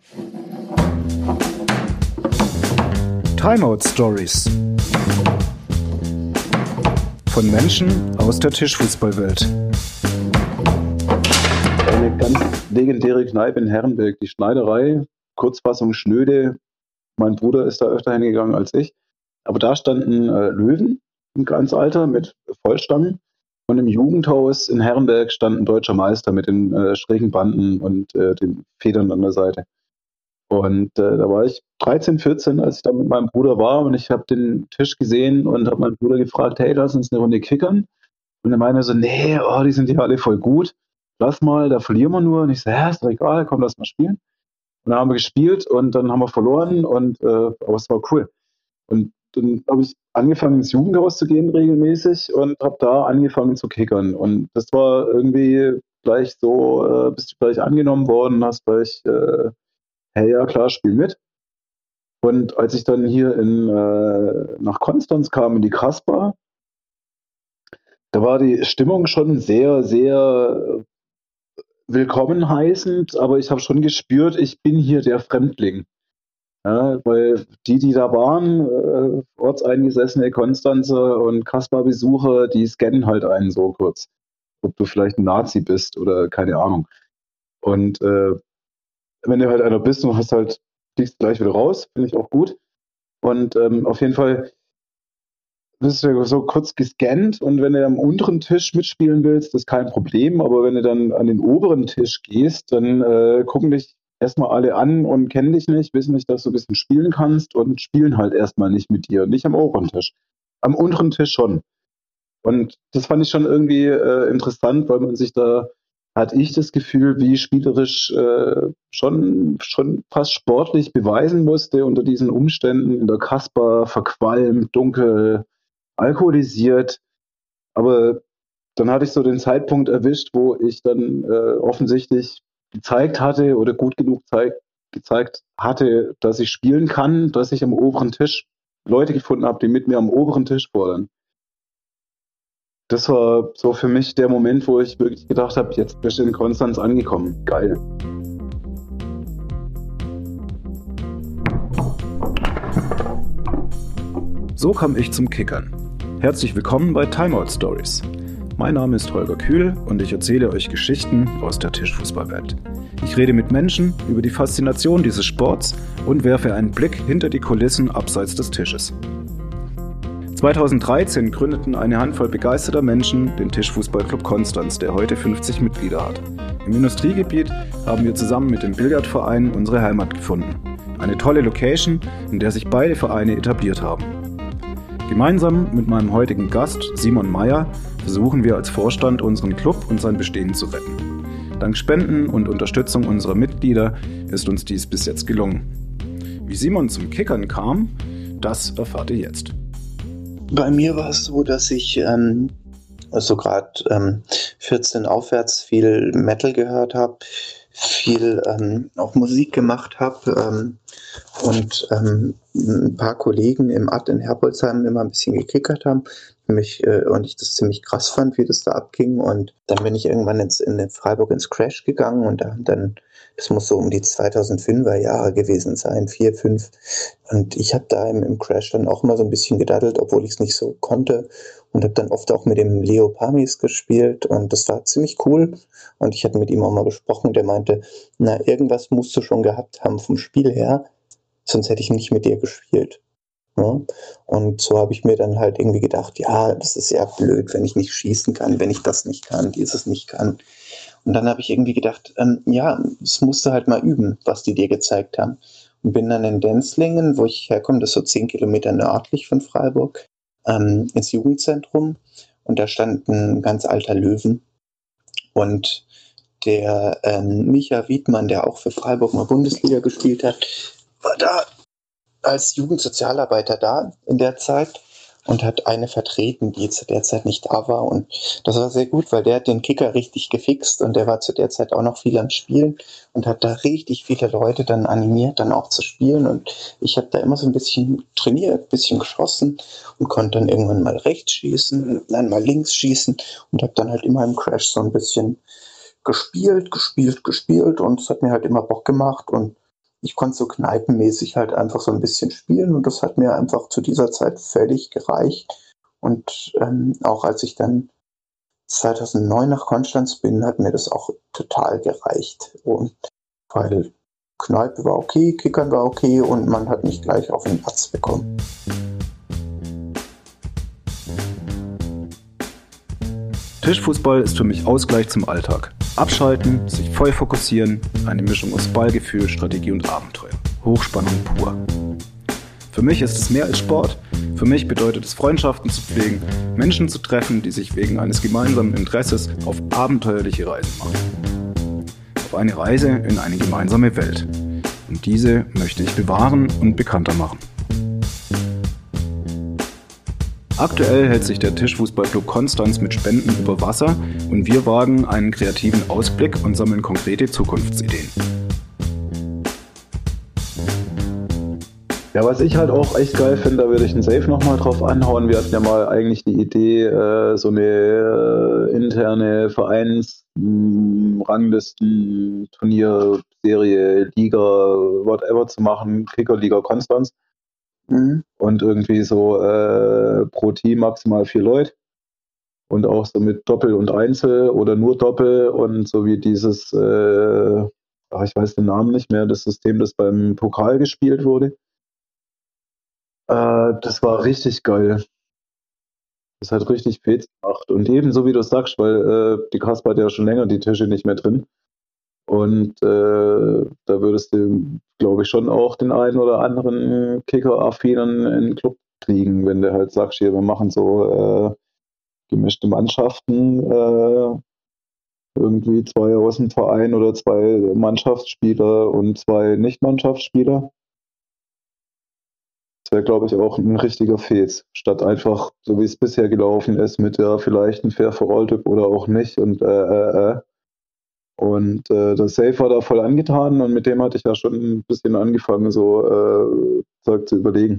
Timeout Stories von Menschen aus der Tischfußballwelt. Eine ganz legendäre Kneipe in Herrenberg, die Schneiderei, Kurzfassung Schnöde. Mein Bruder ist da öfter hingegangen als ich. Aber da standen Löwen im ganzen Alter mit Vollstangen. Und im Jugendhaus in Herrenberg stand ein deutscher Meister mit den schrägen Banden und den Federn an der Seite. Und da war ich 13, 14, als ich da mit meinem Bruder war, und ich habe den Tisch gesehen und habe meinen Bruder gefragt, hey, lass uns eine Runde kickern. Und er meinte so, nee, die sind ja alle voll gut. Lass mal, da verlieren wir nur. Und ich so, ja, ist doch egal, komm, lass mal spielen. Und dann haben wir gespielt und dann haben wir verloren, aber es war cool. Und dann habe ich angefangen, ins Jugendhaus zu gehen regelmäßig und habe da angefangen zu kickern. Und das war irgendwie gleich so, bist du gleich angenommen worden, hast gleich, hey, ja klar, spiel mit. Und als ich dann hier nach Konstanz kam, in die Kasbah, da war die Stimmung schon sehr, sehr willkommen heißend, aber ich habe schon gespürt, ich bin hier der Fremdling. Ja, weil die da waren, ortseingesessene Konstanzer und Kasbah-Besucher, die scannen halt einen so kurz, ob du vielleicht ein Nazi bist oder keine Ahnung. Und wenn du halt einer bist und fliegst gleich wieder raus, finde ich auch gut. Und auf jeden Fall bist du so kurz gescannt, und wenn du am unteren Tisch mitspielen willst, das ist kein Problem, aber wenn du dann an den oberen Tisch gehst, dann gucken dich erstmal alle an und kennen dich nicht, wissen nicht, dass du ein bisschen spielen kannst und spielen halt erstmal nicht mit dir, nicht am oberen Tisch. Am unteren Tisch schon. Und das fand ich schon irgendwie interessant, weil man sich da, hatte ich das Gefühl, wie spielerisch schon fast sportlich beweisen musste unter diesen Umständen in der Kasbah, verqualmt, dunkel, alkoholisiert. Aber dann hatte ich so den Zeitpunkt erwischt, wo ich dann offensichtlich gezeigt hatte oder gut genug gezeigt hatte, dass ich spielen kann, dass ich am oberen Tisch Leute gefunden habe, die mit mir am oberen Tisch fordern. Das war so für mich der Moment, wo ich wirklich gedacht habe, jetzt bist du in Konstanz angekommen. Geil. So kam ich zum Kickern. Herzlich willkommen bei Timeout Stories. Mein Name ist Holger Kühl und ich erzähle euch Geschichten aus der Tischfußballwelt. Ich rede mit Menschen über die Faszination dieses Sports und werfe einen Blick hinter die Kulissen abseits des Tisches. 2013 gründeten eine Handvoll begeisterter Menschen den Tischfußballclub Konstanz, der heute 50 Mitglieder hat. Im Industriegebiet haben wir zusammen mit dem Billardverein unsere Heimat gefunden. Eine tolle Location, in der sich beide Vereine etabliert haben. Gemeinsam mit meinem heutigen Gast, Simon Meyer, versuchen wir als Vorstand unseren Club und sein Bestehen zu retten. Dank Spenden und Unterstützung unserer Mitglieder ist uns dies bis jetzt gelungen. Wie Simon zum Kickern kam, das erfahrt ihr jetzt. Bei mir war es so, dass ich gerade 14 aufwärts viel Metal gehört habe, viel auch Musik gemacht habe und ein paar Kollegen im Ad in Herbolzheim immer ein bisschen gekickert haben und ich das ziemlich krass fand, wie das da abging. Und dann bin ich irgendwann in Freiburg ins Crash gegangen und dann, das muss so um die 2005er Jahre gewesen sein, 4, 5. Und ich habe da im Crash dann auch immer so ein bisschen gedaddelt, obwohl ich es nicht so konnte. Und habe dann oft auch mit dem Leo Pamis gespielt und das war ziemlich cool. Und ich hatte mit ihm auch mal gesprochen, der meinte, na, irgendwas musst du schon gehabt haben vom Spiel her, sonst hätte ich nicht mit dir gespielt. Ja? Und so habe ich mir dann halt irgendwie gedacht, ja, das ist ja blöd, wenn ich nicht schießen kann, wenn ich das nicht kann, dieses nicht kann. Und dann habe ich irgendwie gedacht, ja, das musst du halt mal üben, was die dir gezeigt haben. Und bin dann in Denzlingen, wo ich herkomme, das ist so 10 Kilometer nördlich von Freiburg, ins Jugendzentrum. Und da stand ein ganz alter Löwen. Und der Micha Wiedmann, der auch für Freiburg mal Bundesliga gespielt hat, war da als Jugendsozialarbeiter da in der Zeit und hat eine vertreten, die zu der Zeit nicht da war. Und das war sehr gut, weil der hat den Kicker richtig gefixt und der war zu der Zeit auch noch viel am Spielen und hat da richtig viele Leute dann animiert, dann auch zu spielen. Und ich habe da immer so ein bisschen trainiert, ein bisschen geschossen und konnte dann irgendwann mal rechts schießen, dann mal links schießen und habe dann halt immer im Crash so ein bisschen gespielt und es hat mir halt immer Bock gemacht. Und ich konnte so kneipenmäßig halt einfach so ein bisschen spielen und das hat mir einfach zu dieser Zeit völlig gereicht. Und auch als ich dann 2009 nach Konstanz bin, hat mir das auch total gereicht. Und weil Kneipe war okay, Kickern war okay und man hat nicht gleich auf den Platz bekommen. Tischfußball ist für mich Ausgleich zum Alltag. Abschalten, sich voll fokussieren, eine Mischung aus Ballgefühl, Strategie und Abenteuer. Hochspannung pur. Für mich ist es mehr als Sport. Für mich bedeutet es, Freundschaften zu pflegen, Menschen zu treffen, die sich wegen eines gemeinsamen Interesses auf abenteuerliche Reisen machen. Auf eine Reise in eine gemeinsame Welt. Und diese möchte ich bewahren und bekannter machen. Aktuell hält sich der Tischfußballclub Konstanz mit Spenden über Wasser und wir wagen einen kreativen Ausblick und sammeln konkrete Zukunftsideen. Ja, was ich halt auch echt geil finde, da würde ich einen Safe nochmal drauf anhauen. Wir hatten ja mal eigentlich die Idee, so eine interne Vereinsranglisten, Turnierserie, Liga, whatever zu machen, Kickerliga Konstanz. Und irgendwie so pro Team maximal 4 Leute. Und auch so mit Doppel und Einzel oder nur Doppel und so wie dieses, ich weiß den Namen nicht mehr, das System, das beim Pokal gespielt wurde. Das war richtig geil. Das hat richtig Fets gemacht. Und ebenso wie du sagst, weil die Kasper hat ja schon länger die Tische nicht mehr drin. Und da würdest du, glaube ich, schon auch den einen oder anderen Kicker-affinen in den Club kriegen, wenn du halt sagst, hier, wir machen so gemischte Mannschaften, irgendwie 2 aus dem Verein oder 2 Mannschaftsspieler und 2 Nicht-Mannschaftsspieler. Das wäre, glaube ich, auch ein richtiger Fets, statt einfach, so wie es bisher gelaufen ist, mit ja vielleicht ein Fair for All-Typ oder auch nicht und Und das Safe war da voll angetan und mit dem hatte ich ja schon ein bisschen angefangen, so Zeug zu überlegen.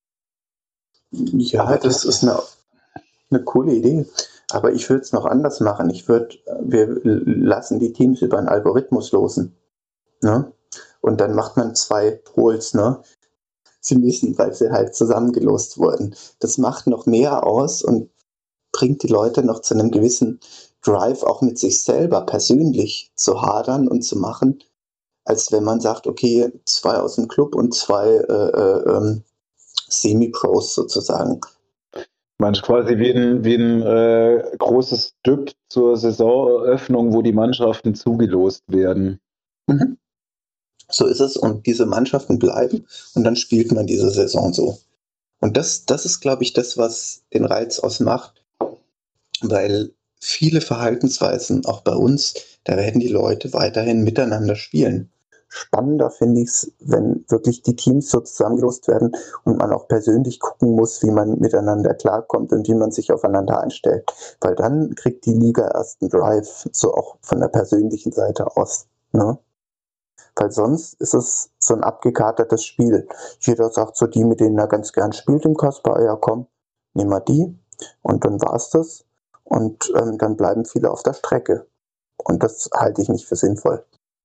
Ja, das ist eine coole Idee. Aber ich würde es noch anders machen. Wir lassen die Teams über einen Algorithmus losen. Ne? Und dann macht man 2 Pools, ne? Sie müssen, weil sie halt zusammengelost wurden. Das macht noch mehr aus und bringt die Leute noch zu einem gewissen Drive, auch mit sich selber persönlich zu hadern und zu machen, als wenn man sagt, okay, 2 aus dem Club und 2 Semi-Pros sozusagen. Meinst quasi wie ein großes Stück zur Saisoneröffnung, wo die Mannschaften zugelost werden. Mhm. So ist es und diese Mannschaften bleiben und dann spielt man diese Saison so. Und das ist, glaube ich, das, was den Reiz ausmacht, weil viele Verhaltensweisen, auch bei uns, da werden die Leute weiterhin miteinander spielen. Spannender finde ich es, wenn wirklich die Teams so zusammengelost werden und man auch persönlich gucken muss, wie man miteinander klarkommt und wie man sich aufeinander einstellt. Weil dann kriegt die Liga erst einen Drive, so auch von der persönlichen Seite aus. Ne? Weil sonst ist es so ein abgekatertes Spiel. Jeder sagt so, die, mit denen er ganz gern spielt im Kasper, ja komm, nehmen wir die und dann war's das. Und dann bleiben viele auf der Strecke. Und das halte ich nicht für sinnvoll.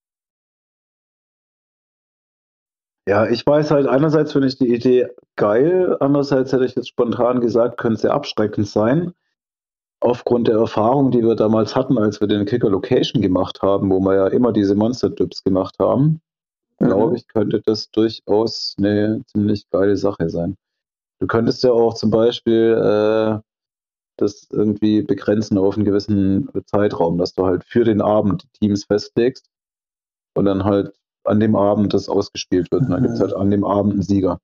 Ja, ich weiß halt, einerseits finde ich die Idee geil, andererseits hätte ich jetzt spontan gesagt, könnte sehr abschreckend sein. Aufgrund der Erfahrung, die wir damals hatten, als wir den Kicker Location gemacht haben, wo wir ja immer diese Monster-Dips gemacht haben, glaube ich, könnte das durchaus eine ziemlich geile Sache sein. Du könntest ja auch zum Beispiel das irgendwie begrenzen auf einen gewissen Zeitraum, dass du halt für den Abend die Teams festlegst und dann halt an dem Abend das ausgespielt wird. Und dann gibt es halt an dem Abend einen Sieger.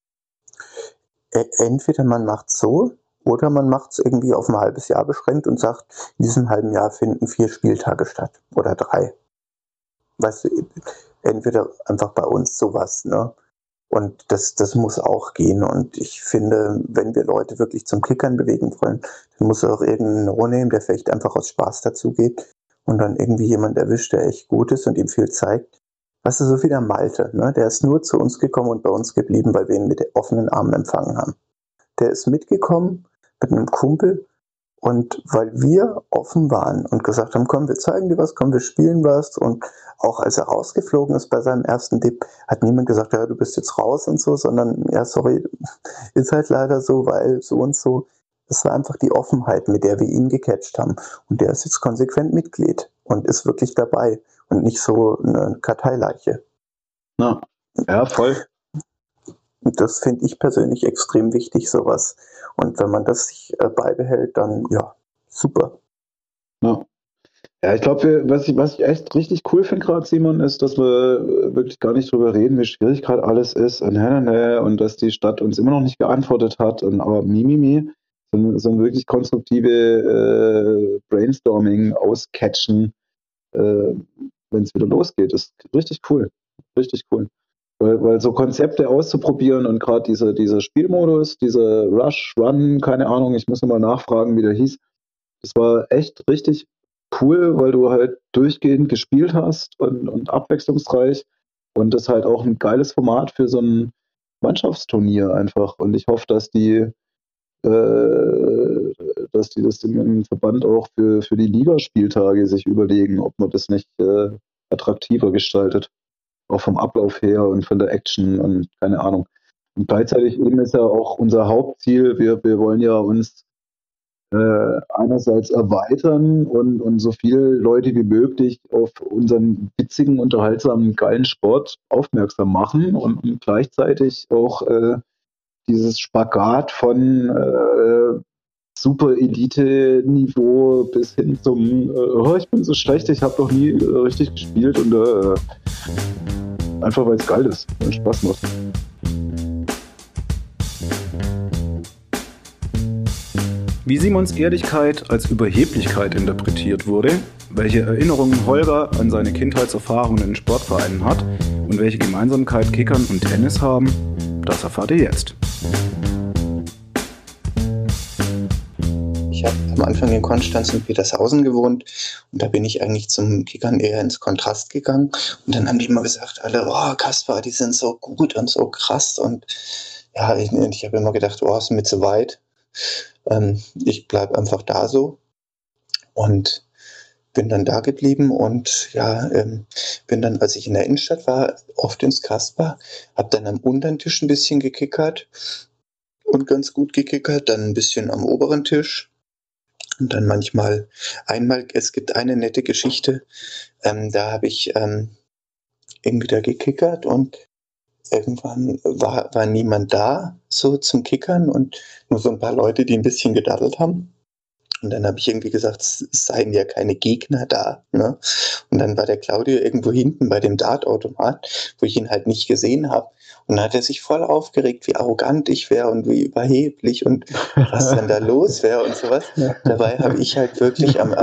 Entweder man macht es so oder man macht es irgendwie auf ein halbes Jahr beschränkt und sagt, in diesem halben Jahr finden 4 Spieltage statt oder 3. Weißt du, entweder einfach bei uns sowas, ne? Und das muss auch gehen. Und ich finde, wenn wir Leute wirklich zum Kickern bewegen wollen, dann muss auch irgendein No-Name, der vielleicht einfach aus Spaß dazu geht und dann irgendwie jemand erwischt, der echt gut ist und ihm viel zeigt. Weißt du, so wie der Malte, ne? Der ist nur zu uns gekommen und bei uns geblieben, weil wir ihn mit offenen Armen empfangen haben. Der ist mitgekommen mit einem Kumpel Und weil wir offen waren und gesagt haben, komm, wir zeigen dir was, komm, wir spielen was. Und auch als er rausgeflogen ist bei seinem ersten Dip, hat niemand gesagt, ja, du bist jetzt raus und so, sondern, ja, sorry, ist halt leider so, weil so und so. Es war einfach die Offenheit, mit der wir ihn gecatcht haben. Und der ist jetzt konsequent Mitglied und ist wirklich dabei und nicht so eine Karteileiche. Na, ja, voll. Und das finde ich persönlich extrem wichtig, sowas. Und wenn man das sich beibehält, dann, ja, super. Ja. Ja, ich glaube, was ich echt richtig cool finde gerade, Simon, ist, dass wir wirklich gar nicht drüber reden, wie schwierig gerade alles ist und dass die Stadt uns immer noch nicht geantwortet hat. Aber so ein wirklich konstruktive Brainstorming auscatchen, wenn es wieder losgeht, ist richtig cool. Richtig cool. Weil so Konzepte auszuprobieren und gerade dieser Spielmodus, dieser Rush, Run, keine Ahnung, ich muss nochmal nachfragen, wie der hieß, das war echt richtig cool, weil du halt durchgehend gespielt hast und abwechslungsreich und das halt auch ein geiles Format für so ein Mannschaftsturnier einfach. Und ich hoffe, dass die das im Verband auch für die Ligaspieltage sich überlegen, ob man das nicht attraktiver gestaltet. Auch vom Ablauf her und von der Action und keine Ahnung. Und gleichzeitig eben ist ja auch unser Hauptziel, wir wollen ja uns einerseits erweitern und so viele Leute wie möglich auf unseren witzigen, unterhaltsamen, geilen Sport aufmerksam machen und gleichzeitig auch dieses Spagat von super Elite-Niveau bis hin zum oh, ich bin so schlecht, ich habe noch nie richtig gespielt und einfach weil es geil ist und Spaß macht. Wie Simons Ehrlichkeit als Überheblichkeit interpretiert wurde, welche Erinnerungen Holger an seine Kindheitserfahrungen in Sportvereinen hat und welche Gemeinsamkeit Kickern und Tennis haben, das erfahrt ihr jetzt. Ich habe am Anfang in Konstanz und Petershausen gewohnt und da bin ich eigentlich zum Kickern eher ins Kontrast gegangen. Und dann haben die immer gesagt, alle, oh Kaspar, die sind so gut und so krass. Und ja, ich habe immer gedacht, oh, ist mir zu weit. Ich bleibe einfach da so und bin dann da geblieben und ja, bin dann, als ich in der Innenstadt war, oft ins Kasper, habe dann am unteren Tisch ein bisschen gekickert und ganz gut gekickert, dann ein bisschen am oberen Tisch und dann es gibt eine nette Geschichte, da habe ich irgendwie da gekickert und irgendwann war niemand da, so zum Kickern und nur so ein paar Leute, die ein bisschen gedaddelt haben. Und dann habe ich irgendwie gesagt, es seien ja keine Gegner da. Ne? Und dann war der Claudio irgendwo hinten bei dem Dartautomat, wo ich ihn halt nicht gesehen habe. Und dann hat er sich voll aufgeregt, wie arrogant ich wäre und wie überheblich und was denn da los wäre und sowas. Dabei habe ich halt wirklich am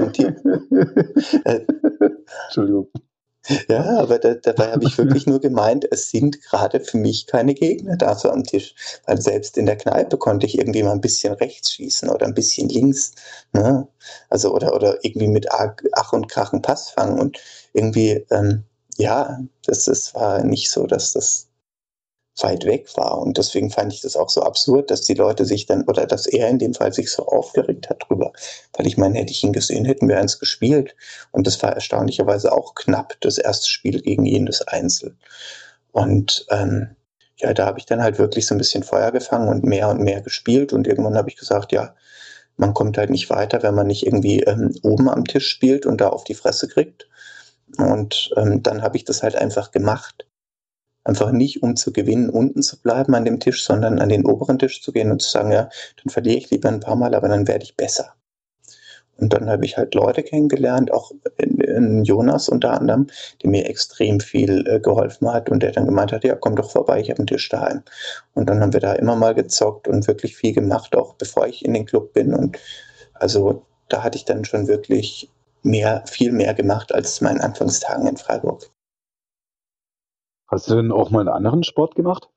Entschuldigung. Ja, aber dabei habe ich wirklich nur gemeint, es sind gerade für mich keine Gegner da so am Tisch. Weil selbst in der Kneipe konnte ich irgendwie mal ein bisschen rechts schießen oder ein bisschen links. Ne? Also oder irgendwie mit Ach und Krach einen Pass fangen. Und irgendwie, ja, das war nicht so, dass das weit weg war. Und deswegen fand ich das auch so absurd, dass die Leute sich dann, oder dass er in dem Fall sich so aufgeregt hat drüber. Weil ich meine, hätte ich ihn gesehen, hätten wir eins gespielt. Und das war erstaunlicherweise auch knapp, das erste Spiel gegen jedes Einzel. Und ja, da habe ich dann halt wirklich so ein bisschen Feuer gefangen und mehr gespielt. Und irgendwann habe ich gesagt, ja, man kommt halt nicht weiter, wenn man nicht irgendwie oben am Tisch spielt und da auf die Fresse kriegt. Und dann habe ich das halt einfach gemacht. Einfach nicht, um zu gewinnen, unten zu bleiben an dem Tisch, sondern an den oberen Tisch zu gehen und zu sagen, ja, dann verliere ich lieber ein paar Mal, aber dann werde ich besser. Und dann habe ich halt Leute kennengelernt, auch in Jonas unter anderem, der mir extrem viel geholfen hat und der dann gemeint hat, ja, komm doch vorbei, ich habe einen Tisch daheim. Und dann haben wir da immer mal gezockt und wirklich viel gemacht, auch bevor ich in den Club bin. Und also da hatte ich dann schon wirklich viel mehr gemacht als in meinen Anfangstagen in Freiburg. Hast du denn auch mal einen anderen Sport gemacht?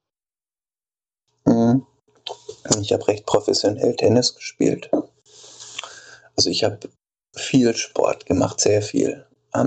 Ich habe recht professionell Tennis gespielt. Also ich habe viel Sport gemacht, sehr viel.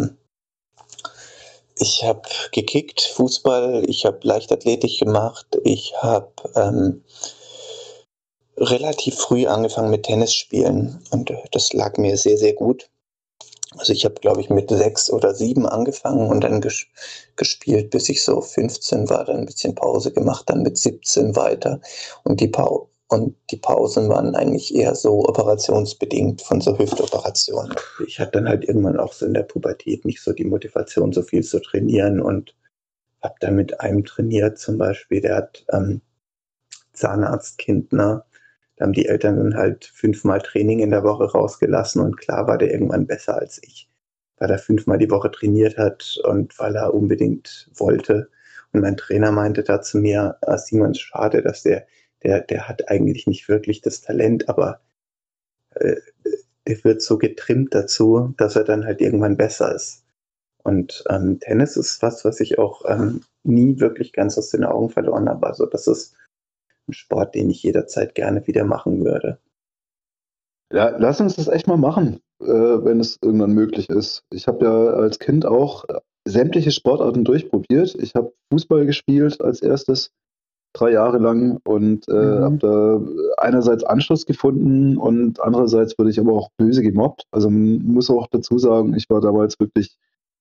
Ich habe gekickt, Fußball, ich habe Leichtathletik gemacht, ich habe relativ früh angefangen mit Tennis spielen und das lag mir sehr, sehr gut. Also ich habe, glaube ich, mit 6 oder 7 angefangen und dann gespielt, bis ich so 15 war, dann ein bisschen Pause gemacht, dann mit 17 weiter. Und die Pausen waren eigentlich eher so operationsbedingt von so Hüftoperationen. Ich hatte dann halt irgendwann auch so in der Pubertät nicht so die Motivation, so viel zu trainieren und habe dann mit einem trainiert zum Beispiel, der hat Zahnarztkind, ne? Da haben die Eltern dann halt 5-mal Training in der Woche rausgelassen und klar war der irgendwann besser als ich, weil er 5-mal die Woche trainiert hat und weil er unbedingt wollte. Und mein Trainer meinte da zu mir, Simon, schade, dass der hat eigentlich nicht wirklich das Talent, aber äh, der wird so getrimmt dazu, dass er dann halt irgendwann besser ist. Und Tennis ist was ich auch nie wirklich ganz aus den Augen verloren habe. Also das ist ein Sport, den ich jederzeit gerne wieder machen würde. Ja, lass uns das echt mal machen, wenn es irgendwann möglich ist. Ich habe ja als Kind auch sämtliche Sportarten durchprobiert. Ich habe Fußball gespielt als erstes 3 Jahre lang und habe da einerseits Anschluss gefunden und andererseits wurde ich aber auch böse gemobbt. Also man muss auch dazu sagen, ich war damals wirklich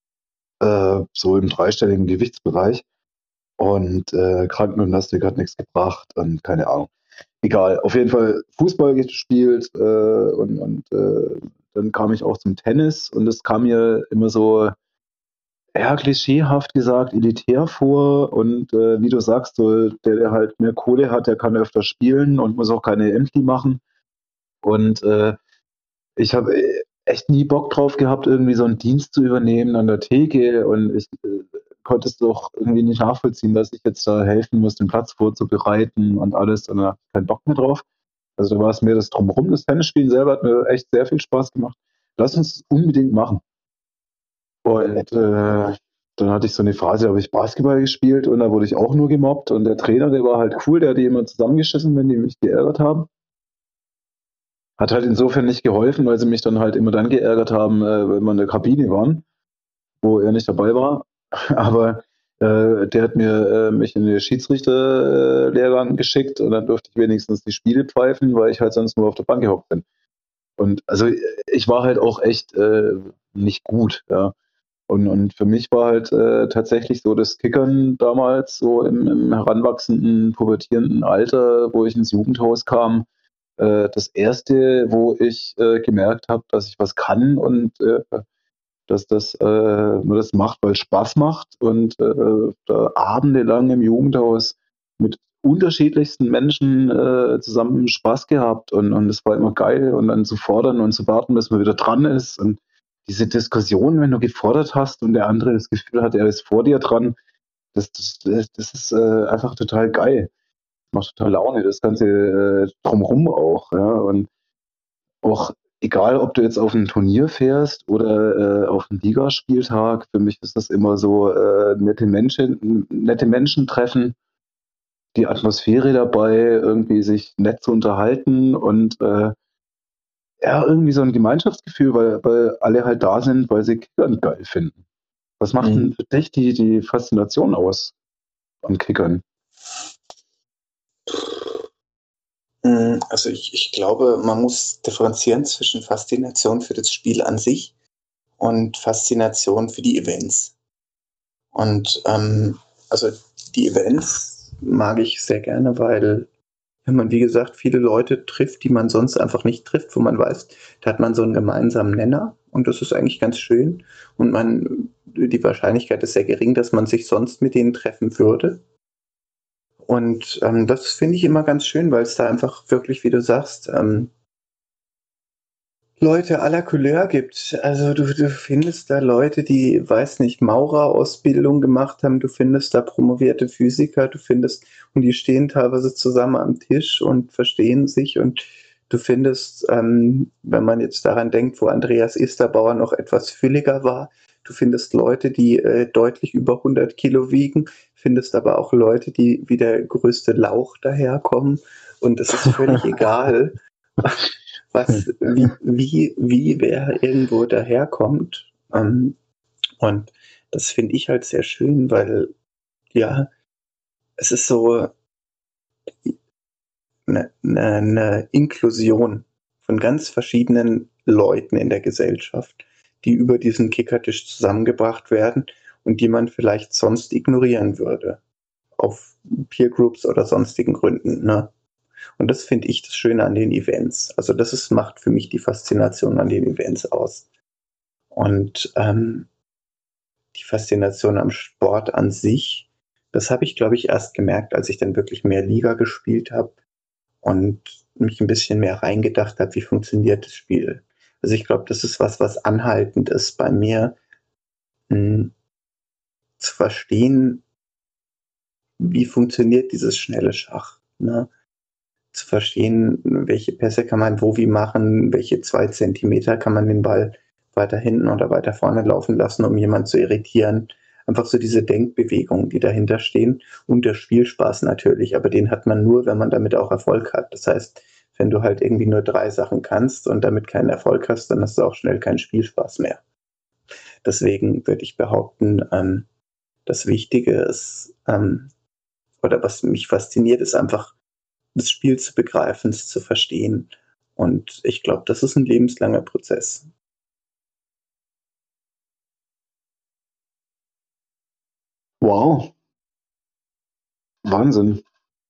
so im dreistelligen Gewichtsbereich und Krankengymnastik hat nichts gebracht und keine Ahnung. Egal, auf jeden Fall Fußball gespielt und dann kam ich auch zum Tennis und es kam mir immer so, ja, klischeehaft gesagt, elitär vor und wie du sagst, so, der halt mehr Kohle hat, der kann öfter spielen und muss auch keine Ämtli machen und ich habe echt nie Bock drauf gehabt, irgendwie so einen Dienst zu übernehmen an der Theke und ich konnte es doch irgendwie nicht nachvollziehen, dass ich jetzt da helfen muss, den Platz vorzubereiten und alles und da habe ich keinen Bock mehr drauf. Also da war es mir das Drumherum, das Tennisspielen selber hat mir echt sehr viel Spaß gemacht. Lass uns unbedingt machen. Und dann hatte ich so eine Phase, da habe ich Basketball gespielt und da wurde ich auch nur gemobbt und der Trainer, der war halt cool, der hat die immer zusammengeschissen, wenn die mich geärgert haben. Hat halt insofern nicht geholfen, weil sie mich dann halt immer dann geärgert haben, wenn wir in der Kabine waren, wo er nicht dabei war. Aber der hat mich in die Schiedsrichterlehrgang geschickt und dann durfte ich wenigstens die Spiele pfeifen, weil ich halt sonst nur auf der Bank gehockt bin. Und also ich war halt auch echt nicht gut, ja. Und für mich war halt tatsächlich so das Kickern damals, so im heranwachsenden, pubertierenden Alter, wo ich ins Jugendhaus kam, das erste, wo ich gemerkt habe, dass ich was kann und dass das nur das macht, weil es Spaß macht und da abendelang im Jugendhaus mit unterschiedlichsten Menschen zusammen Spaß gehabt und es war immer geil und dann zu fordern und zu warten, bis man wieder dran ist und diese Diskussion, wenn du gefordert hast und der andere das Gefühl hat, er ist vor dir dran, das ist einfach total geil. Macht total Laune, das ganze drumherum auch, ja, und auch egal, ob du jetzt auf ein Turnier fährst oder auf einen Ligaspieltag, für mich ist das immer so nette Menschen treffen, die Atmosphäre dabei, irgendwie sich nett zu unterhalten und ja, irgendwie so ein Gemeinschaftsgefühl, weil alle halt da sind, weil sie Kickern geil finden. Was macht denn für dich die Faszination aus an Kickern? Also ich glaube, man muss differenzieren zwischen Faszination für das Spiel an sich und Faszination für die Events. Und also die Events mag ich sehr gerne, weil wenn man, wie gesagt, viele Leute trifft, die man sonst einfach nicht trifft, wo man weiß, da hat man so einen gemeinsamen Nenner und das ist eigentlich ganz schön. Und die Wahrscheinlichkeit ist sehr gering, dass man sich sonst mit denen treffen würde. Und das finde ich immer ganz schön, weil es da einfach wirklich, wie du sagst, Leute aller Couleur gibt. Also du findest da Leute, die, weiß nicht, Maurerausbildung gemacht haben, du findest da promovierte Physiker, und die stehen teilweise zusammen am Tisch und verstehen sich und du findest, wenn man jetzt daran denkt, wo Andreas Isterbauer noch etwas fülliger war, du findest Leute, die deutlich über 100 Kilo wiegen, findest aber auch Leute, die wie der größte Lauch daherkommen und es ist völlig egal, wie wer irgendwo daherkommt. Und das finde ich halt sehr schön, weil ja, es ist so, eine Inklusion von ganz verschiedenen Leuten in der Gesellschaft, die über diesen Kickertisch zusammengebracht werden und die man vielleicht sonst ignorieren würde, auf Peergroups oder sonstigen Gründen. Ne? Und das finde ich das Schöne an den Events. Also macht für mich die Faszination an den Events aus. Und die Faszination am Sport an sich, das habe ich, glaube ich, erst gemerkt, als ich dann wirklich mehr Liga gespielt habe und mich ein bisschen mehr reingedacht habe, wie funktioniert das Spiel. Also ich glaube, das ist was anhaltend ist bei mir, zu verstehen, wie funktioniert dieses schnelle Schach. Ne? Zu verstehen, welche Pässe kann man wo wie machen, welche 2 Zentimeter kann man den Ball weiter hinten oder weiter vorne laufen lassen, um jemanden zu irritieren. Einfach so diese Denkbewegungen, die dahinter stehen und der Spielspaß natürlich, aber den hat man nur, wenn man damit auch Erfolg hat. Das heißt, wenn du halt irgendwie nur 3 Sachen kannst und damit keinen Erfolg hast, dann hast du auch schnell keinen Spielspaß mehr. Deswegen würde ich behaupten, das Wichtige ist, oder was mich fasziniert, ist einfach das Spiel zu begreifen, es zu verstehen. Und ich glaube, das ist ein lebenslanger Prozess. Wow. Wahnsinn.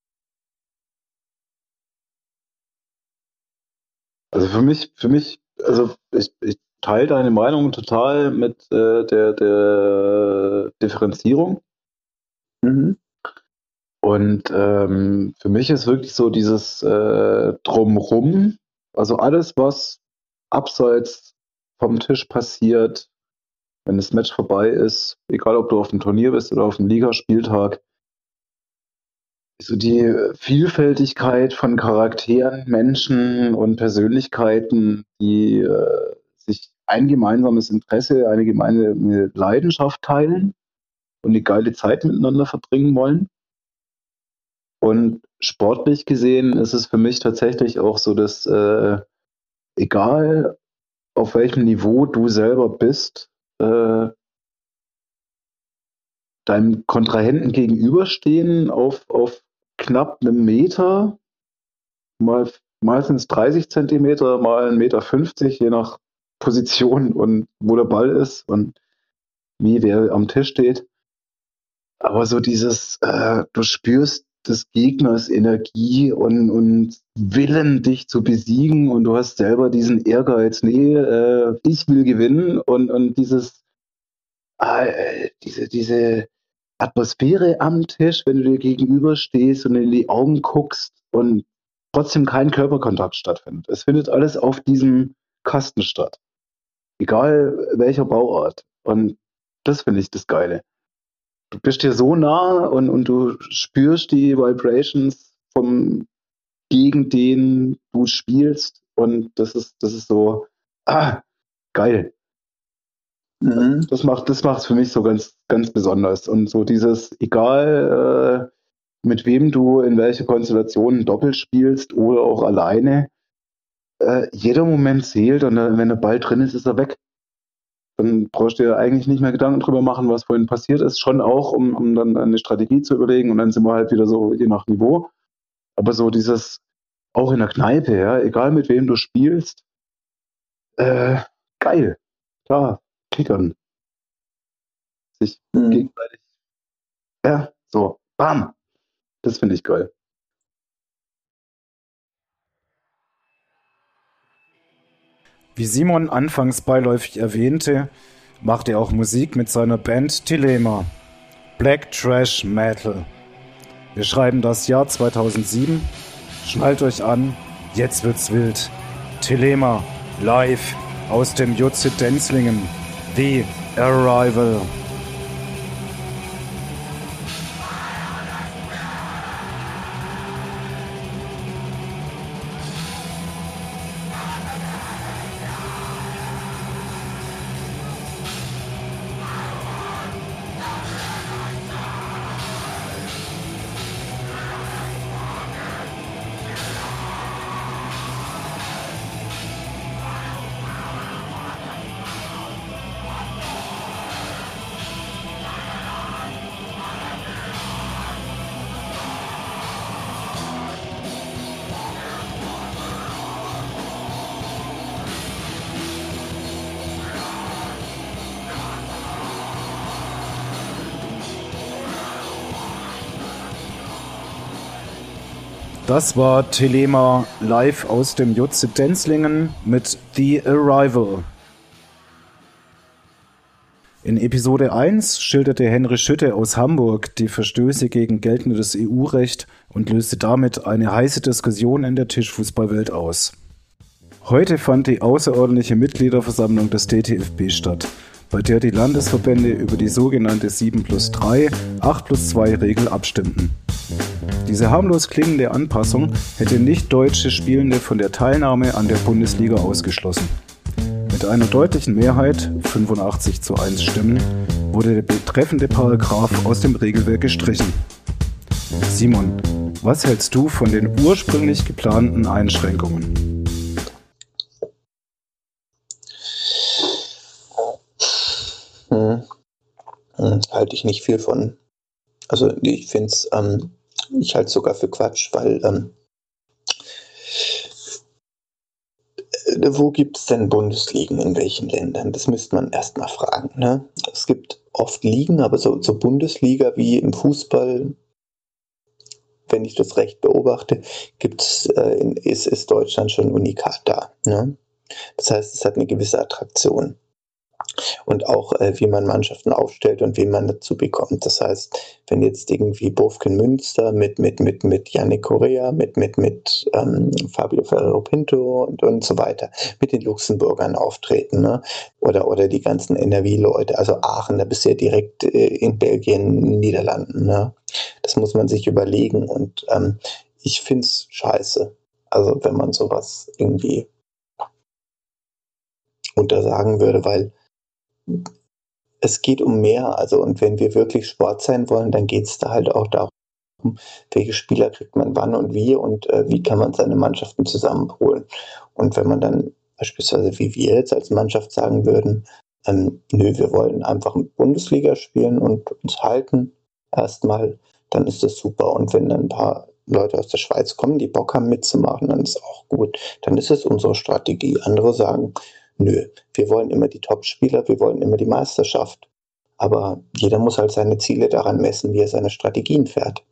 Also für mich, also ich teile deine Meinung total mit der Differenzierung. Mhm. Und für mich ist wirklich so dieses Drumrum, also alles, was abseits vom Tisch passiert, wenn das Match vorbei ist, egal ob du auf dem Turnier bist oder auf dem Ligaspieltag, so die Vielfältigkeit von Charakteren, Menschen und Persönlichkeiten, die sich ein gemeinsames Interesse, eine gemeinsame Leidenschaft teilen und eine geile Zeit miteinander verbringen wollen. Und sportlich gesehen ist es für mich tatsächlich auch so, dass egal auf welchem Niveau du selber bist, deinem Kontrahenten gegenüberstehen auf knapp einem Meter, mal sind es 30 Zentimeter, mal 1,50 Meter, je nach Position und wo der Ball ist und wie wer am Tisch steht. Aber so dieses, du spürst des Gegners Energie und Willen, dich zu besiegen und du hast selber diesen Ehrgeiz, nee, ich will gewinnen und diese Atmosphäre am Tisch, wenn du dir gegenüber stehst und in die Augen guckst und trotzdem kein Körperkontakt stattfindet. Es findet alles auf diesem Kasten statt. Egal welcher Bauart. Und das finde ich das Geile. Du bist dir so nah und du spürst die Vibrations gegen den du spielst und das ist so, geil. Mhm. Das macht es für mich so ganz, ganz besonders. Und so dieses, egal mit wem du in welche Konstellation doppelt spielst oder auch alleine, jeder Moment zählt und wenn der Ball drin ist, ist er weg. Dann brauchst du dir eigentlich nicht mehr Gedanken drüber machen, was vorhin passiert ist. Schon auch, um dann eine Strategie zu überlegen und dann sind wir halt wieder so je nach Niveau. Aber so dieses, auch in der Kneipe, ja, egal mit wem du spielst, geil. Klar, kickern. Sich gegenseitig, ja, so, bam. Das finde ich geil. Wie Simon anfangs beiläufig erwähnte, macht er auch Musik mit seiner Band Thelema. Black Trash Metal. Wir schreiben das Jahr 2007. Schnallt euch an, jetzt wird's wild. Thelema, live aus dem Jutze Denzlingen. The Arrival. Das war Thelema live aus dem JZ Denzlingen mit The Arrival. In Episode 1 schilderte Henry Schütte aus Hamburg die Verstöße gegen geltendes EU-Recht und löste damit eine heiße Diskussion in der Tischfußballwelt aus. Heute fand die außerordentliche Mitgliederversammlung des DTFB statt, bei der die Landesverbände über die sogenannte 7+3, 8+2 Regel abstimmten. Diese harmlos klingende Anpassung hätte nicht-deutsche Spielende von der Teilnahme an der Bundesliga ausgeschlossen. Mit einer deutlichen Mehrheit, 85:1 Stimmen, wurde der betreffende Paragraph aus dem Regelwerk gestrichen. Simon, was hältst du von den ursprünglich geplanten Einschränkungen? Halte ich nicht viel von. Also ich finde es, ich halte es sogar für Quatsch, weil wo gibt es denn Bundesligen, in welchen Ländern? Das müsste man erstmal fragen. Ne? Es gibt oft Ligen, aber so Bundesliga wie im Fußball, wenn ich das recht beobachte, ist Deutschland schon unikat da. Ne? Das heißt, es hat eine gewisse Attraktion. Und auch, wie man Mannschaften aufstellt und wen man dazu bekommt. Das heißt, wenn jetzt irgendwie Bofken Münster mit Yannick Correa, mit Fabio Ferrero Pinto und so weiter, mit den Luxemburgern auftreten, ne? Oder die ganzen NRW-Leute, also Aachen, da bist du ja direkt in Belgien, Niederlanden, ne? Das muss man sich überlegen und ich finde es scheiße. Also wenn man sowas irgendwie untersagen würde, weil es geht um mehr, also und wenn wir wirklich Sport sein wollen, dann geht es da halt auch darum, welche Spieler kriegt man wann und wie kann man seine Mannschaften zusammenholen. Und wenn man dann beispielsweise wie wir jetzt als Mannschaft sagen würden, nö, wir wollen einfach in Bundesliga spielen und uns halten erstmal, dann ist das super. Und wenn dann ein paar Leute aus der Schweiz kommen, die Bock haben mitzumachen, dann ist auch gut. Dann ist es unsere Strategie. Andere sagen, nö, wir wollen immer die Top-Spieler, wir wollen immer die Meisterschaft. Aber jeder muss halt seine Ziele daran messen, wie er seine Strategien fährt.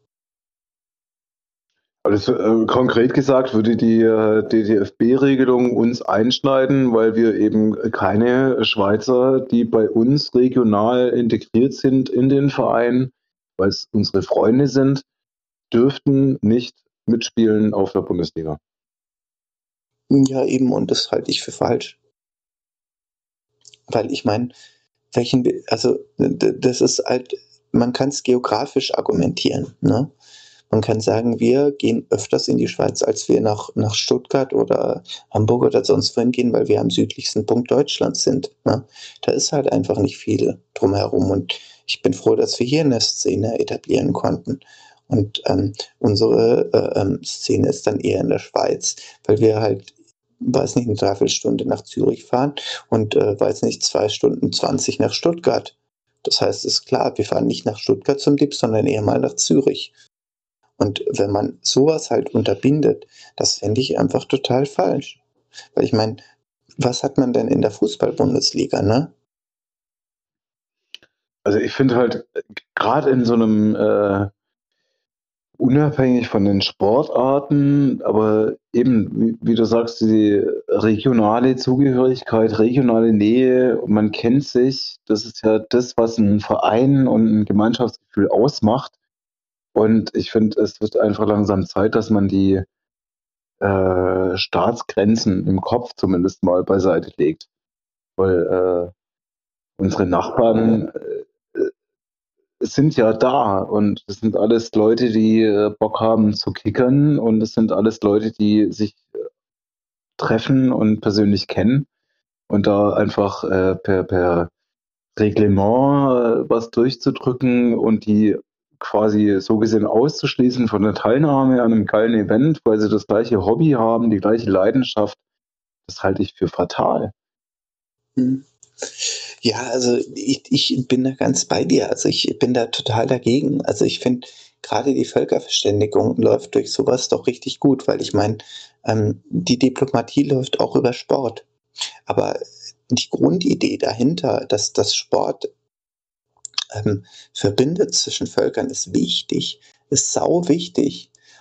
Also konkret gesagt würde die DTFB-Regelung uns einschneiden, weil wir eben keine Schweizer, die bei uns regional integriert sind in den Verein, weil es unsere Freunde sind, dürften nicht mitspielen auf der Bundesliga. Ja, eben, und das halte ich für falsch. Weil ich meine, das ist halt, man kann es geografisch argumentieren, ne? Man kann sagen, wir gehen öfters in die Schweiz, als wir nach Stuttgart oder Hamburg oder sonst wohin gehen, weil wir am südlichsten Punkt Deutschlands sind, ne? Da ist halt einfach nicht viel drumherum und ich bin froh, dass wir hier eine Szene etablieren konnten. Und unsere Szene ist dann eher in der Schweiz, weil wir halt, weiß nicht, eine Dreiviertelstunde nach Zürich fahren und, 2 Stunden 20 nach Stuttgart. Das heißt, ist klar, wir fahren nicht nach Stuttgart zum DIP, sondern eher mal nach Zürich. Und wenn man sowas halt unterbindet, das fände ich einfach total falsch. Weil ich meine, was hat man denn in der Fußball-Bundesliga, ne? Also ich finde halt, gerade in so einem unabhängig von den Sportarten, aber eben, wie du sagst, die regionale Zugehörigkeit, regionale Nähe, man kennt sich, das ist ja das, was einen Verein und ein Gemeinschaftsgefühl ausmacht. Und ich finde, es wird einfach langsam Zeit, dass man die Staatsgrenzen im Kopf zumindest mal beiseite legt. Weil unsere Nachbarn sind ja da und das sind alles Leute, die Bock haben zu kickern und es sind alles Leute, die sich treffen und persönlich kennen und da einfach per Reglement was durchzudrücken und die quasi so gesehen auszuschließen von der Teilnahme an einem geilen Event, weil sie das gleiche Hobby haben, die gleiche Leidenschaft, das halte ich für fatal. Ja, also ich bin da ganz bei dir. Also ich bin da total dagegen. Also ich finde, gerade die Völkerverständigung läuft durch sowas doch richtig gut, weil ich meine, die Diplomatie läuft auch über Sport. Aber die Grundidee dahinter, dass das Sport verbindet zwischen Völkern, ist wichtig, ist sau wichtig.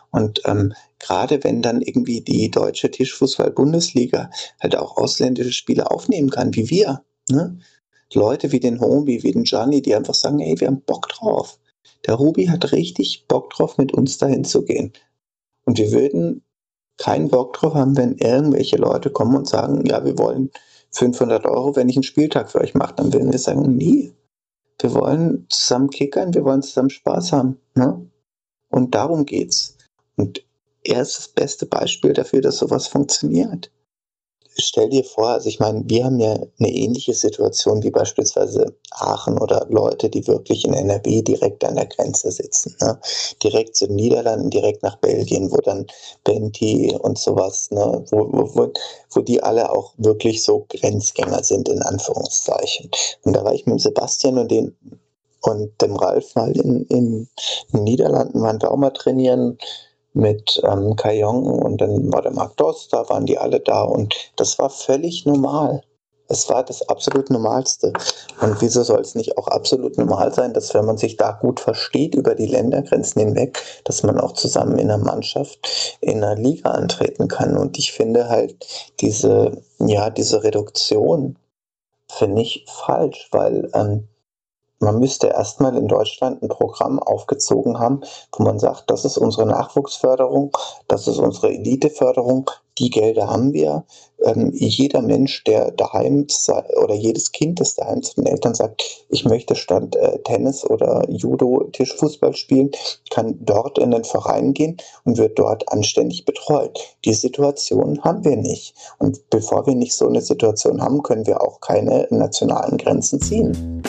Und gerade wenn dann irgendwie die deutsche Tischfußball-Bundesliga halt auch ausländische Spieler aufnehmen kann, wie wir, ne? Leute wie den Hombi, wie den Gianni, die einfach sagen, hey, wir haben Bock drauf. Der Rubi hat richtig Bock drauf, mit uns dahin zu gehen. Und wir würden keinen Bock drauf haben, wenn irgendwelche Leute kommen und sagen, ja, wir wollen 500 €, wenn ich einen Spieltag für euch mache. Dann würden wir sagen, nie. Wir wollen zusammen kickern, wir wollen zusammen Spaß haben. Ne? Und darum geht's. Und er ist das beste Beispiel dafür, dass sowas funktioniert. Stell dir vor, also ich meine, wir haben ja eine ähnliche Situation wie beispielsweise Aachen oder Leute, die wirklich in NRW direkt an der Grenze sitzen. Ne? Direkt zu den Niederlanden, direkt nach Belgien, wo dann Benti und sowas, ne? wo die alle auch wirklich so Grenzgänger sind, in Anführungszeichen. Und da war ich mit dem Sebastian und dem Ralf mal in den Niederlanden, waren wir auch mal trainieren, mit Kai Jong, und dann war der Marc Doss, da waren die alle da und das war völlig normal. Es war das absolut Normalste. Und wieso soll es nicht auch absolut normal sein, dass wenn man sich da gut versteht über die Ländergrenzen hinweg, dass man auch zusammen in einer Mannschaft, in einer Liga antreten kann. Und ich finde halt diese Reduktion finde ich falsch, weil man müsste erstmal in Deutschland ein Programm aufgezogen haben, wo man sagt, das ist unsere Nachwuchsförderung, das ist unsere Eliteförderung, die Gelder haben wir. Jeder Mensch, der daheim oder jedes Kind, das daheim zu den Eltern sagt, ich möchte statt Tennis oder Judo Tischfußball spielen, kann dort in den Verein gehen und wird dort anständig betreut. Die Situation haben wir nicht. Und bevor wir nicht so eine Situation haben, können wir auch keine nationalen Grenzen ziehen.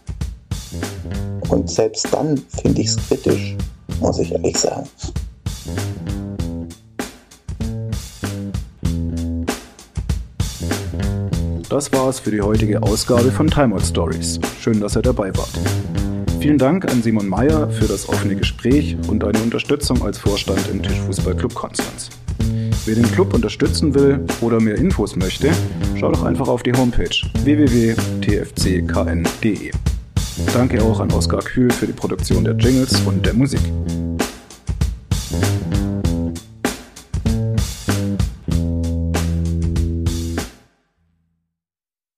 Und selbst dann finde ich es kritisch, muss ich ehrlich sagen. Das war's für die heutige Ausgabe von Timeout Stories. Schön, dass ihr dabei wart. Vielen Dank an Simon Meyer für das offene Gespräch und eine Unterstützung als Vorstand im Tischfußballclub Konstanz. Wer den Club unterstützen will oder mehr Infos möchte, schaut doch einfach auf die Homepage www.tfckn.de. Danke auch an Oskar Kühl für die Produktion der Jingles und der Musik.